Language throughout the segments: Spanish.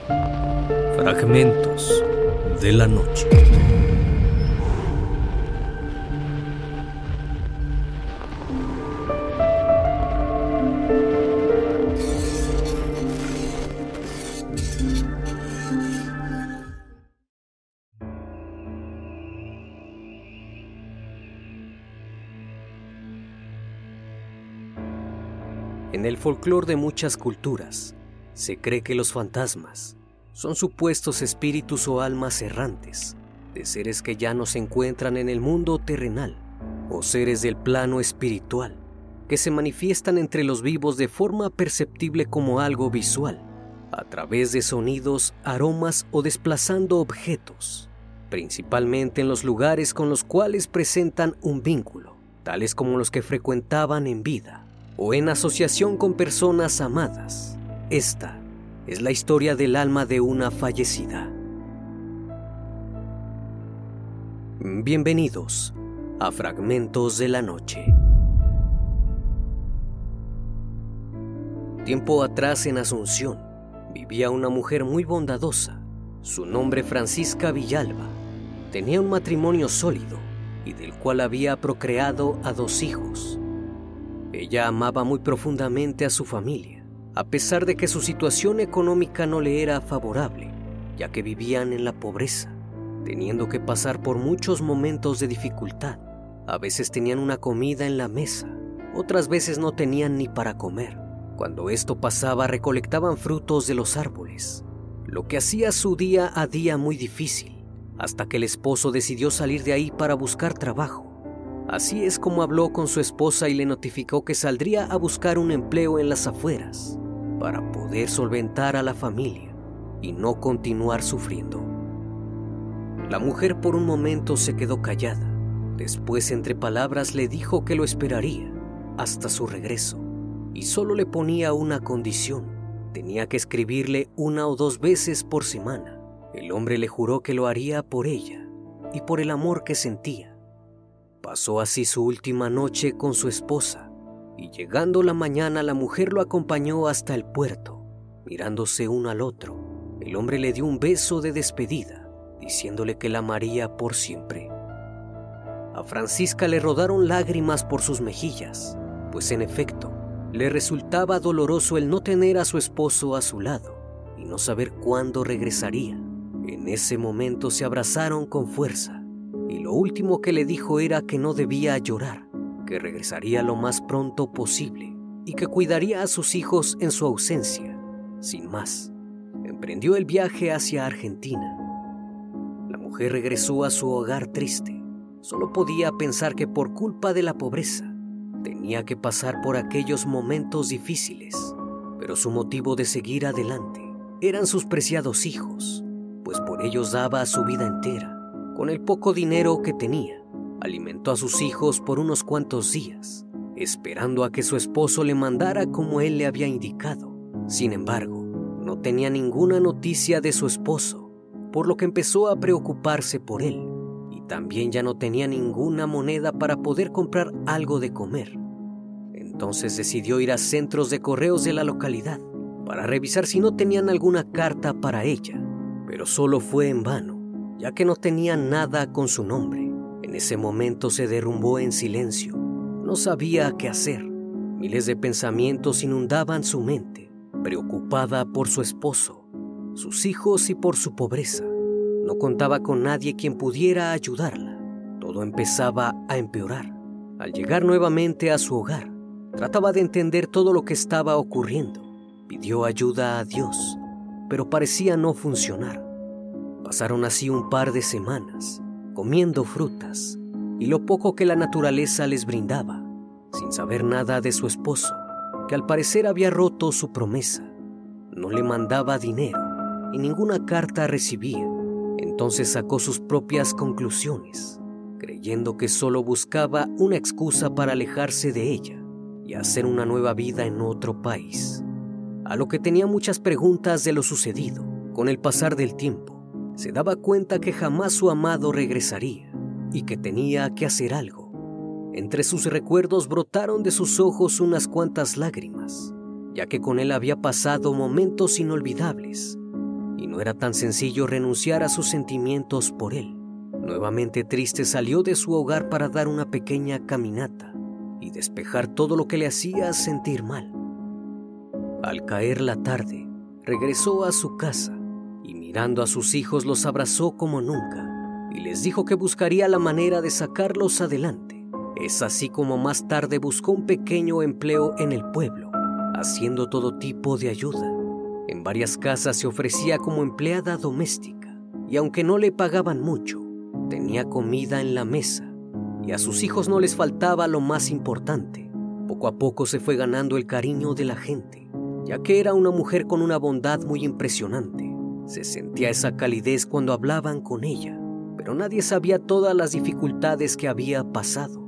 Fragmentos de la noche. En el folclore de muchas culturas, se cree que los fantasmas son supuestos espíritus o almas errantes de seres que ya no se encuentran en el mundo terrenal o seres del plano espiritual que se manifiestan entre los vivos de forma perceptible como algo visual, a través de sonidos, aromas o desplazando objetos, principalmente en los lugares con los cuales presentan un vínculo, tales como los que frecuentaban en vida o en asociación con personas amadas. Esta es la historia del alma de una fallecida. Bienvenidos a Fragmentos de la Noche. Tiempo atrás en Asunción vivía una mujer muy bondadosa. Su nombre Francisca Villalba. Tenía un matrimonio sólido y del cual había procreado a 2 hijos. Ella amaba muy profundamente a su familia, a pesar de que su situación económica no le era favorable, ya que vivían en la pobreza, teniendo que pasar por muchos momentos de dificultad. A veces tenían una comida en la mesa, otras veces no tenían ni para comer. Cuando esto pasaba, recolectaban frutos de los árboles, lo que hacía su día a día muy difícil, hasta que el esposo decidió salir de ahí para buscar trabajo. Así es como habló con su esposa y le notificó que saldría a buscar un empleo en las afueras para poder solventar a la familia y no continuar sufriendo. La mujer por un momento se quedó callada. Después, entre palabras, le dijo que lo esperaría hasta su regreso y solo le ponía una condición: tenía que escribirle 1 o 2 veces por semana. El hombre le juró que lo haría por ella y por el amor que sentía. Pasó así su última noche con su esposa y llegando la mañana la mujer lo acompañó hasta el puerto. Mirándose uno al otro, el hombre le dio un beso de despedida, diciéndole que la amaría por siempre. A Francisca le rodaron lágrimas por sus mejillas, pues en efecto, le resultaba doloroso el no tener a su esposo a su lado y no saber cuándo regresaría. En ese momento se abrazaron con fuerza y lo último que le dijo era que no debía llorar, que regresaría lo más pronto posible y que cuidaría a sus hijos en su ausencia. Sin más, emprendió el viaje hacia Argentina. La mujer regresó a su hogar triste. Solo podía pensar que por culpa de la pobreza tenía que pasar por aquellos momentos difíciles, pero su motivo de seguir adelante eran sus preciados hijos, pues por ellos daba su vida entera. Con el poco dinero que tenía, alimentó a sus hijos por unos cuantos días, esperando a que su esposo le mandara como él le había indicado. Sin embargo, no tenía ninguna noticia de su esposo, por lo que empezó a preocuparse por él, y también ya no tenía ninguna moneda para poder comprar algo de comer. Entonces decidió ir a centros de correos de la localidad para revisar si no tenían alguna carta para ella, pero solo fue en vano, ya que no tenía nada con su nombre. En ese momento se derrumbó en silencio. No sabía qué hacer. Miles de pensamientos inundaban su mente, preocupada por su esposo, sus hijos y por su pobreza. No contaba con nadie quien pudiera ayudarla. Todo empezaba a empeorar. Al llegar nuevamente a su hogar, trataba de entender todo lo que estaba ocurriendo. Pidió ayuda a Dios, pero parecía no funcionar. Pasaron así un par de semanas, comiendo frutas y lo poco que la naturaleza les brindaba, sin saber nada de su esposo, que al parecer había roto su promesa. No le mandaba dinero y ninguna carta recibía. Entonces sacó sus propias conclusiones, creyendo que solo buscaba una excusa para alejarse de ella y hacer una nueva vida en otro país. A lo que tenía muchas preguntas de lo sucedido. Con el pasar del tiempo, se daba cuenta que jamás su amado regresaría y que tenía que hacer algo. Entre sus recuerdos brotaron de sus ojos unas cuantas lágrimas, ya que con él había pasado momentos inolvidables y no era tan sencillo renunciar a sus sentimientos por él. Nuevamente triste, salió de su hogar para dar una pequeña caminata y despejar todo lo que le hacía sentir mal. Al caer la tarde, regresó a su casa y mirando a sus hijos los abrazó como nunca y les dijo que buscaría la manera de sacarlos adelante. Es así como más tarde buscó un pequeño empleo en el pueblo, haciendo todo tipo de ayuda. En varias casas se ofrecía como empleada doméstica y aunque no le pagaban mucho, tenía comida en la mesa y a sus hijos no les faltaba lo más importante. Poco a poco se fue ganando el cariño de la gente, ya que era una mujer con una bondad muy impresionante. Se sentía esa calidez cuando hablaban con ella, pero nadie sabía todas las dificultades que había pasado.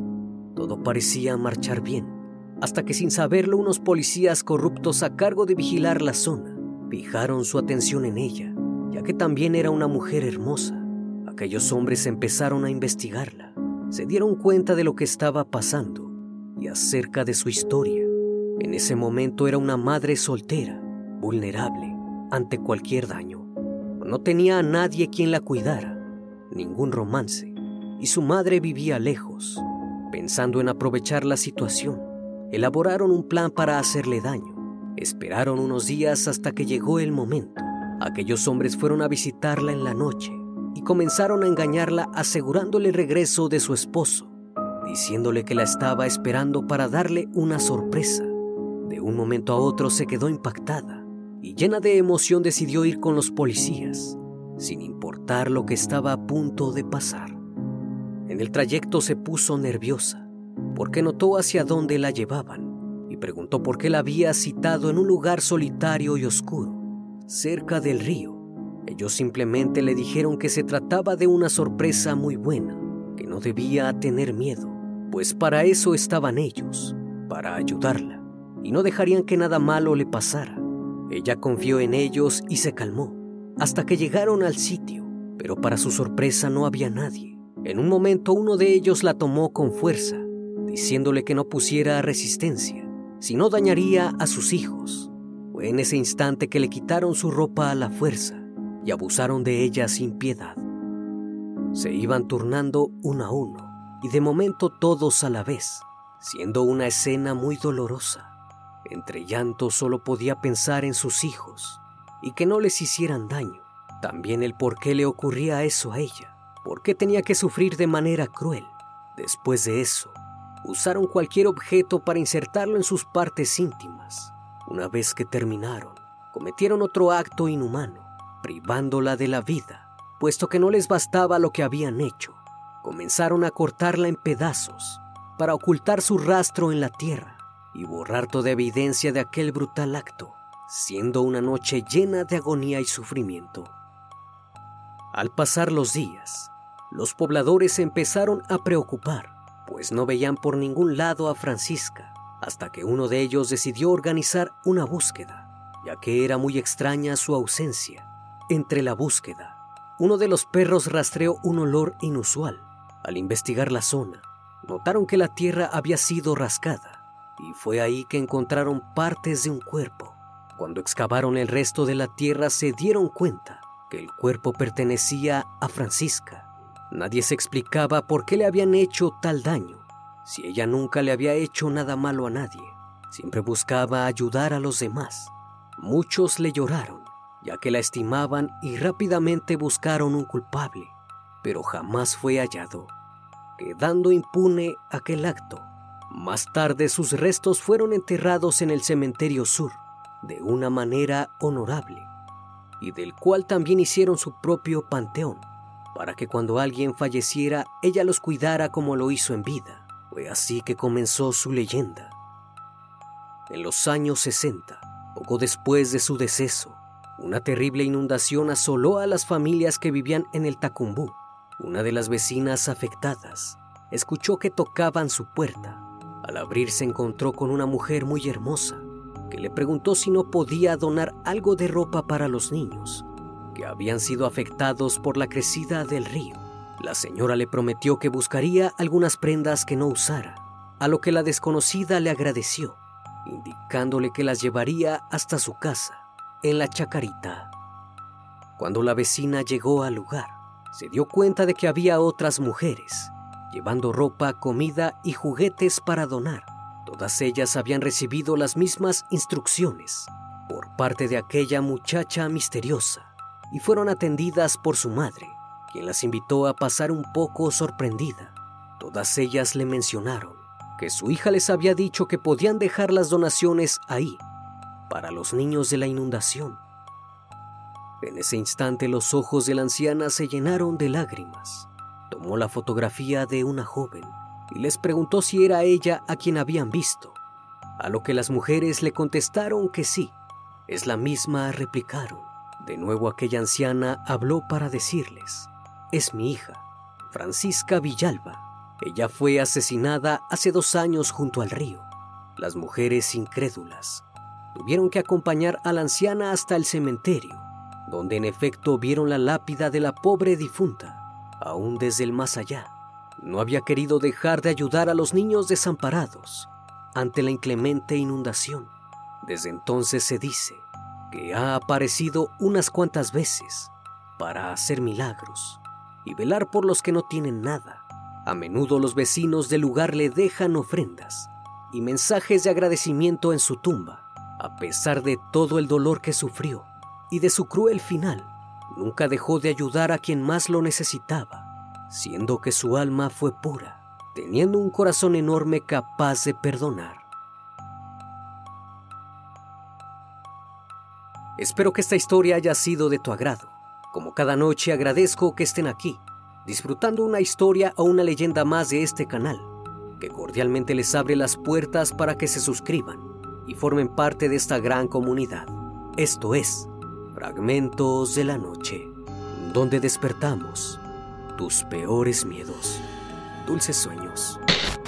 Todo parecía marchar bien, hasta que sin saberlo unos policías corruptos a cargo de vigilar la zona fijaron su atención en ella, ya que también era una mujer hermosa. Aquellos hombres empezaron a investigarla, se dieron cuenta de lo que estaba pasando y acerca de su historia. En ese momento era una madre soltera, vulnerable ante cualquier daño. No tenía a nadie quien la cuidara, ningún romance, y su madre vivía lejos. Pensando en aprovechar la situación, elaboraron un plan para hacerle daño. Esperaron unos días hasta que llegó el momento. Aquellos hombres fueron a visitarla en la noche y comenzaron a engañarla asegurándole el regreso de su esposo, diciéndole que la estaba esperando para darle una sorpresa. De un momento a otro se quedó impactada y llena de emoción decidió ir con los policías, sin importar lo que estaba a punto de pasar. En el trayecto se puso nerviosa porque notó hacia dónde la llevaban y preguntó por qué la había citado en un lugar solitario y oscuro, cerca del río. Ellos simplemente le dijeron que se trataba de una sorpresa muy buena, que no debía tener miedo, pues para eso estaban ellos, para ayudarla, y no dejarían que nada malo le pasara. Ella confió en ellos y se calmó, hasta que llegaron al sitio, pero para su sorpresa no había nadie. En un momento uno de ellos la tomó con fuerza, diciéndole que no pusiera resistencia, si no dañaría a sus hijos. Fue en ese instante que le quitaron su ropa a la fuerza y abusaron de ella sin piedad. Se iban turnando uno a uno y de momento todos a la vez, siendo una escena muy dolorosa. Entre llantos solo podía pensar en sus hijos y que no les hicieran daño. También el por qué le ocurría eso a ella, por qué tenía que sufrir de manera cruel. Después de eso, usaron cualquier objeto para insertarlo en sus partes íntimas. Una vez que terminaron, cometieron otro acto inhumano, privándola de la vida, puesto que no les bastaba lo que habían hecho. Comenzaron a cortarla en pedazos para ocultar su rastro en la tierra y borrar toda evidencia de aquel brutal acto, siendo una noche llena de agonía y sufrimiento. Al pasar los días, los pobladores se empezaron a preocupar, pues no veían por ningún lado a Francisca, hasta que uno de ellos decidió organizar una búsqueda, ya que era muy extraña su ausencia. Entre la búsqueda, uno de los perros rastreó un olor inusual. Al investigar la zona, notaron que la tierra había sido rascada, y fue ahí que encontraron partes de un cuerpo. Cuando excavaron el resto de la tierra se dieron cuenta que el cuerpo pertenecía a Francisca. Nadie se explicaba por qué le habían hecho tal daño, si ella nunca le había hecho nada malo a nadie. Siempre buscaba ayudar a los demás. Muchos le lloraron, ya que la estimaban y rápidamente buscaron un culpable, pero jamás fue hallado, quedando impune aquel acto. Más tarde sus restos fueron enterrados en el cementerio sur, de una manera honorable, y del cual también hicieron su propio panteón, para que cuando alguien falleciera, ella los cuidara como lo hizo en vida. Fue así que comenzó su leyenda. En los años 60, poco después de su deceso, una terrible inundación asoló a las familias que vivían en el Tacumbú. Una de las vecinas afectadas escuchó que tocaban su puerta. Al abrir se encontró con una mujer muy hermosa, que le preguntó si no podía donar algo de ropa para los niños, que habían sido afectados por la crecida del río. La señora le prometió que buscaría algunas prendas que no usara, a lo que la desconocida le agradeció, indicándole que las llevaría hasta su casa, en la Chacarita. Cuando la vecina llegó al lugar, se dio cuenta de que había otras mujeres, llevando ropa, comida y juguetes para donar. Todas ellas habían recibido las mismas instrucciones por parte de aquella muchacha misteriosa y fueron atendidas por su madre, quien las invitó a pasar un poco sorprendida. Todas ellas le mencionaron que su hija les había dicho que podían dejar las donaciones ahí para los niños de la inundación. En ese instante los ojos de la anciana se llenaron de lágrimas. Tomó la fotografía de una joven y les preguntó si era ella a quien habían visto, a lo que las mujeres le contestaron que sí. Es la misma, replicaron. De nuevo aquella anciana habló para decirles: es mi hija, Francisca Villalba. Ella fue asesinada hace 2 años junto al río. Las mujeres incrédulas tuvieron que acompañar a la anciana hasta el cementerio, donde en efecto vieron la lápida de la pobre difunta, aún desde el más allá. No había querido dejar de ayudar a los niños desamparados ante la inclemente inundación. Desde entonces se dice que ha aparecido unas cuantas veces para hacer milagros y velar por los que no tienen nada. A menudo los vecinos del lugar le dejan ofrendas y mensajes de agradecimiento en su tumba. A pesar de todo el dolor que sufrió y de su cruel final, nunca dejó de ayudar a quien más lo necesitaba, siendo que su alma fue pura, teniendo un corazón enorme capaz de perdonar. Espero que esta historia haya sido de tu agrado. Como cada noche agradezco que estén aquí, disfrutando una historia o una leyenda más de este canal, que cordialmente les abre las puertas para que se suscriban y formen parte de esta gran comunidad. Esto es Fragmentos de la Noche, donde despertamos tus peores miedos. Dulces sueños.